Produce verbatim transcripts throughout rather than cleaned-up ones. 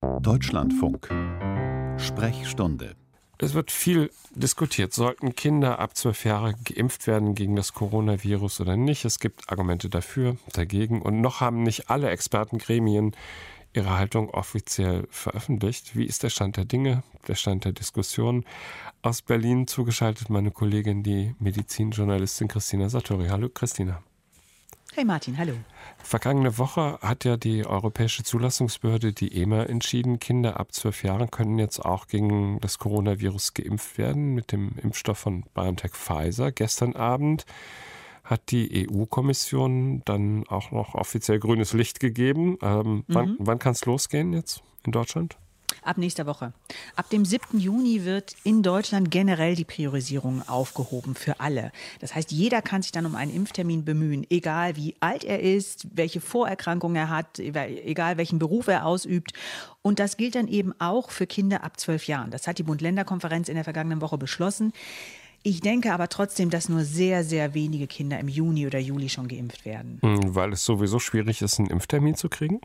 Deutschlandfunk. Sprechstunde. Es wird viel diskutiert. Sollten Kinder ab zwölf Jahre geimpft werden gegen das Coronavirus oder nicht? Es gibt Argumente dafür, dagegen. Und noch haben nicht alle Expertengremien ihre Haltung offiziell veröffentlicht. Wie ist der Stand der Dinge, der Stand der Diskussion? Aus Berlin zugeschaltet meine Kollegin, die Medizinjournalistin Christina Sartori. Hallo Christina. Hey Martin, hallo. Vergangene Woche hat ja die Europäische Zulassungsbehörde, die E M A, entschieden, Kinder ab zwölf Jahren können jetzt auch gegen das Coronavirus geimpft werden mit dem Impfstoff von BioNTech Pfizer. Gestern Abend hat die E U-Kommission dann auch noch offiziell grünes Licht gegeben. Ähm, mhm. Wann, wann kann es losgehen jetzt in Deutschland? Ab nächster Woche. Ab dem siebten Juni wird in Deutschland generell die Priorisierung aufgehoben für alle. Das heißt, jeder kann sich dann um einen Impftermin bemühen, egal wie alt er ist, welche Vorerkrankungen er hat, egal welchen Beruf er ausübt. Und das gilt dann eben auch für Kinder ab zwölf Jahren. Das hat die Bund-Länder-Konferenz in der vergangenen Woche beschlossen. Ich denke aber trotzdem, dass nur sehr, sehr wenige Kinder im Juni oder Juli schon geimpft werden. Weil es sowieso schwierig ist, einen Impftermin zu kriegen?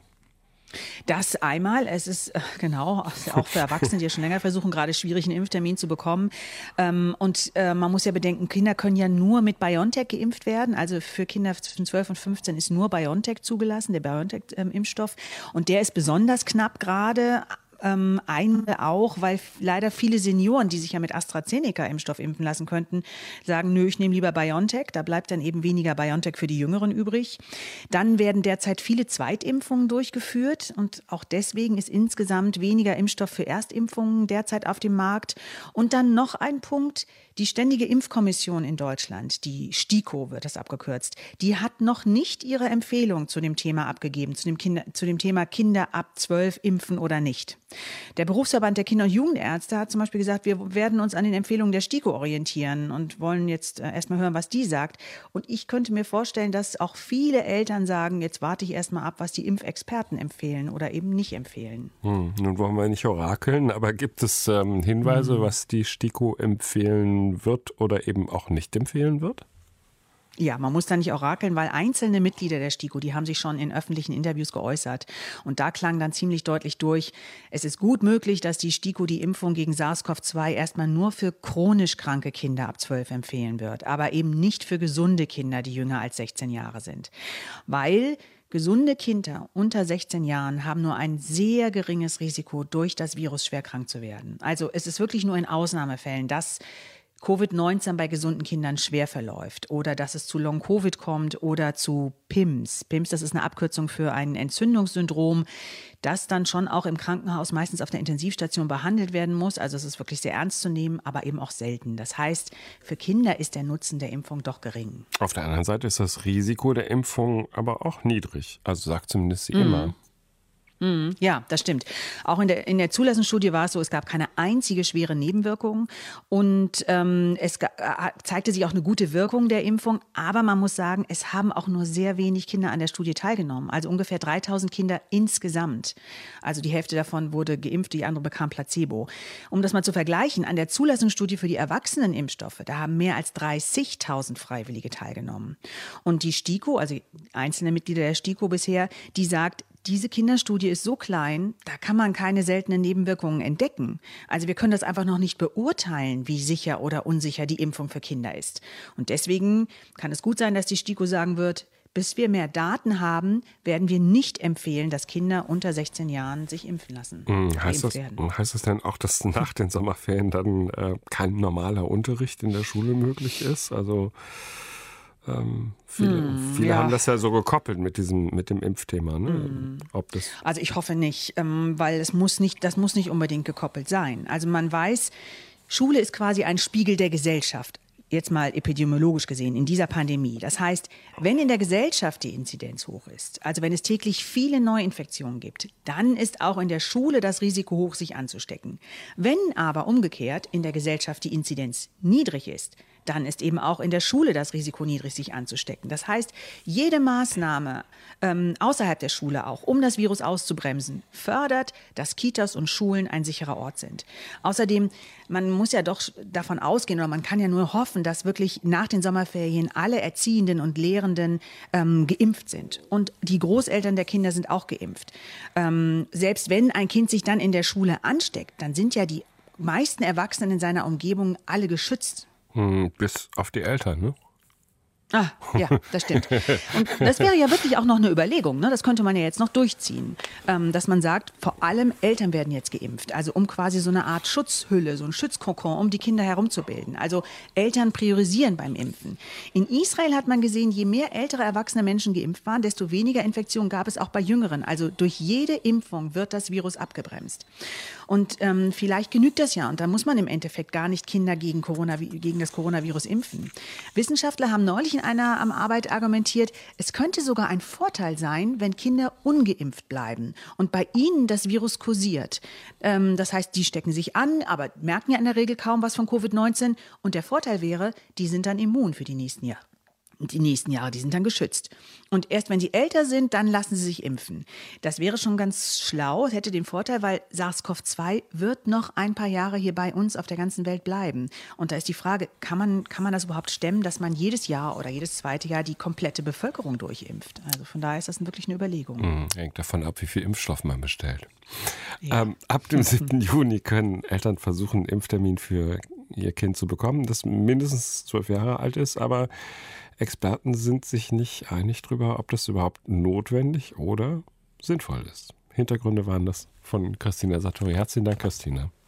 Das einmal, es ist genau, auch für Erwachsene, die ja schon länger versuchen, gerade schwierig einen Impftermin zu bekommen. Und man muss ja bedenken, Kinder können ja nur mit BioNTech geimpft werden. Also für Kinder zwischen zwölf und fünfzehn ist nur BioNTech zugelassen, der BioNTech-Impfstoff. Und der ist besonders knapp gerade. Ähm, einmal auch, weil leider viele Senioren, die sich ja mit AstraZeneca-Impfstoff impfen lassen könnten, sagen, nö, ich nehme lieber BioNTech. Da bleibt dann eben weniger BioNTech für die Jüngeren übrig. Dann werden derzeit viele Zweitimpfungen durchgeführt und auch deswegen ist insgesamt weniger Impfstoff für Erstimpfungen derzeit auf dem Markt. Und dann noch ein Punkt, die Ständige Impfkommission in Deutschland, die STIKO wird das abgekürzt, die hat noch nicht ihre Empfehlung zu dem Thema abgegeben, zu dem, Kinder, zu dem Thema Kinder ab zwölf impfen oder nicht. Der Berufsverband der Kinder- und Jugendärzte hat zum Beispiel gesagt, wir werden uns an den Empfehlungen der STIKO orientieren und wollen jetzt erstmal hören, was die sagt. Und ich könnte mir vorstellen, dass auch viele Eltern sagen, jetzt warte ich erstmal ab, was die Impfexperten empfehlen oder eben nicht empfehlen. Hm, nun wollen wir nicht orakeln, aber gibt es ähm, Hinweise, hm. was die STIKO empfehlen wird oder eben auch nicht empfehlen wird? Ja, man muss da nicht orakeln, weil einzelne Mitglieder der STIKO, die haben sich schon in öffentlichen Interviews geäußert. Und da klang dann ziemlich deutlich durch, es ist gut möglich, dass die STIKO die Impfung gegen SARS-C o V zwei erstmal nur für chronisch kranke Kinder ab zwölf empfehlen wird, aber eben nicht für gesunde Kinder, die jünger als sechzehn Jahre sind. Weil gesunde Kinder unter sechzehn Jahren haben nur ein sehr geringes Risiko, durch das Virus schwer krank zu werden. Also es ist wirklich nur in Ausnahmefällen, dass Covid neunzehn bei gesunden Kindern schwer verläuft oder dass es zu Long-Covid kommt oder zu P I M S. P I M S, das ist eine Abkürzung für ein Entzündungssyndrom, das dann schon auch im Krankenhaus meistens auf der Intensivstation behandelt werden muss. Also es ist wirklich sehr ernst zu nehmen, aber eben auch selten. Das heißt, für Kinder ist der Nutzen der Impfung doch gering. Auf der anderen Seite ist das Risiko der Impfung aber auch niedrig. Also sagt zumindest die Mhm. E M A. Ja, das stimmt. Auch in der, in der Zulassungsstudie war es so, es gab keine einzige schwere Nebenwirkung und ähm, es ga, zeigte sich auch eine gute Wirkung der Impfung. Aber man muss sagen, es haben auch nur sehr wenig Kinder an der Studie teilgenommen. Also ungefähr dreitausend Kinder insgesamt. Also die Hälfte davon wurde geimpft, die andere bekam Placebo. Um das mal zu vergleichen, an der Zulassungsstudie für die Erwachsenenimpfstoffe, da haben mehr als dreißigtausend Freiwillige teilgenommen. Und die STIKO, also einzelne Mitglieder der STIKO bisher, die sagt, diese Kinderstudie ist so klein, da kann man keine seltenen Nebenwirkungen entdecken. Also wir können das einfach noch nicht beurteilen, wie sicher oder unsicher die Impfung für Kinder ist. Und deswegen kann es gut sein, dass die STIKO sagen wird, bis wir mehr Daten haben, werden wir nicht empfehlen, dass Kinder unter sechzehn Jahren sich impfen lassen. Hm, heißt, das, heißt das denn auch, dass nach den Sommerferien dann äh, kein normaler Unterricht in der Schule möglich ist? Also Ähm, viele hm, viele ja. haben das ja so gekoppelt mit diesem mit dem Impfthema. Ne? Hm. Ob das also ich hoffe nicht, ähm, weil es muss nicht, das muss nicht unbedingt gekoppelt sein. Also man weiß, Schule ist quasi ein Spiegel der Gesellschaft. Jetzt mal epidemiologisch gesehen, in dieser Pandemie. Das heißt, wenn in der Gesellschaft die Inzidenz hoch ist, also wenn es täglich viele Neuinfektionen gibt, dann ist auch in der Schule das Risiko hoch, sich anzustecken. Wenn aber umgekehrt in der Gesellschaft die Inzidenz niedrig ist, dann ist eben auch in der Schule das Risiko niedrig, sich anzustecken. Das heißt, jede Maßnahme ähm, außerhalb der Schule auch, um das Virus auszubremsen, fördert, dass Kitas und Schulen ein sicherer Ort sind. Außerdem, man muss ja doch davon ausgehen oder man kann ja nur hoffen, dass wirklich nach den Sommerferien alle Erziehenden und Lehrenden ähm, geimpft sind. Und die Großeltern der Kinder sind auch geimpft. Ähm, selbst wenn ein Kind sich dann in der Schule ansteckt, dann sind ja die meisten Erwachsenen in seiner Umgebung alle geschützt. Hm, bis auf die Eltern, ne? Ah, ja, das stimmt. Und das wäre ja wirklich auch noch eine Überlegung, ne? Das könnte man ja jetzt noch durchziehen, ähm, dass man sagt, vor allem Eltern werden jetzt geimpft, also um quasi so eine Art Schutzhülle, so ein Schutzkokon, um die Kinder herumzubilden. Also Eltern priorisieren beim Impfen. In Israel hat man gesehen, je mehr ältere erwachsene Menschen geimpft waren, desto weniger Infektionen gab es auch bei Jüngeren. Also durch jede Impfung wird das Virus abgebremst. Und ähm, vielleicht genügt das ja. Und da muss man im Endeffekt gar nicht Kinder gegen, Corona, gegen das Coronavirus impfen. Wissenschaftler haben neulich in einer am Arbeit argumentiert, es könnte sogar ein Vorteil sein, wenn Kinder ungeimpft bleiben und bei ihnen das Virus kursiert. Ähm, das heißt, die stecken sich an, aber merken ja in der Regel kaum was von Covid neunzehn. Und der Vorteil wäre, die sind dann immun für die nächsten Jahre. Die nächsten Jahre, die sind dann geschützt. Und erst wenn sie älter sind, dann lassen sie sich impfen. Das wäre schon ganz schlau, es hätte den Vorteil, weil SARS-CoV zwei wird noch ein paar Jahre hier bei uns auf der ganzen Welt bleiben. Und da ist die Frage, kann man, kann man das überhaupt stemmen, dass man jedes Jahr oder jedes zweite Jahr die komplette Bevölkerung durchimpft? Also von daher ist das wirklich eine Überlegung. Hm, hängt davon ab, wie viel Impfstoff man bestellt. Ja. Ähm, ab dem siebten Juni können Eltern versuchen, einen Impftermin für ihr Kind zu bekommen, das mindestens zwölf Jahre alt ist, aber Experten sind sich nicht einig darüber, ob das überhaupt notwendig oder sinnvoll ist. Hintergründe waren das von Christina Sartori. Herzlichen Dank, Christina.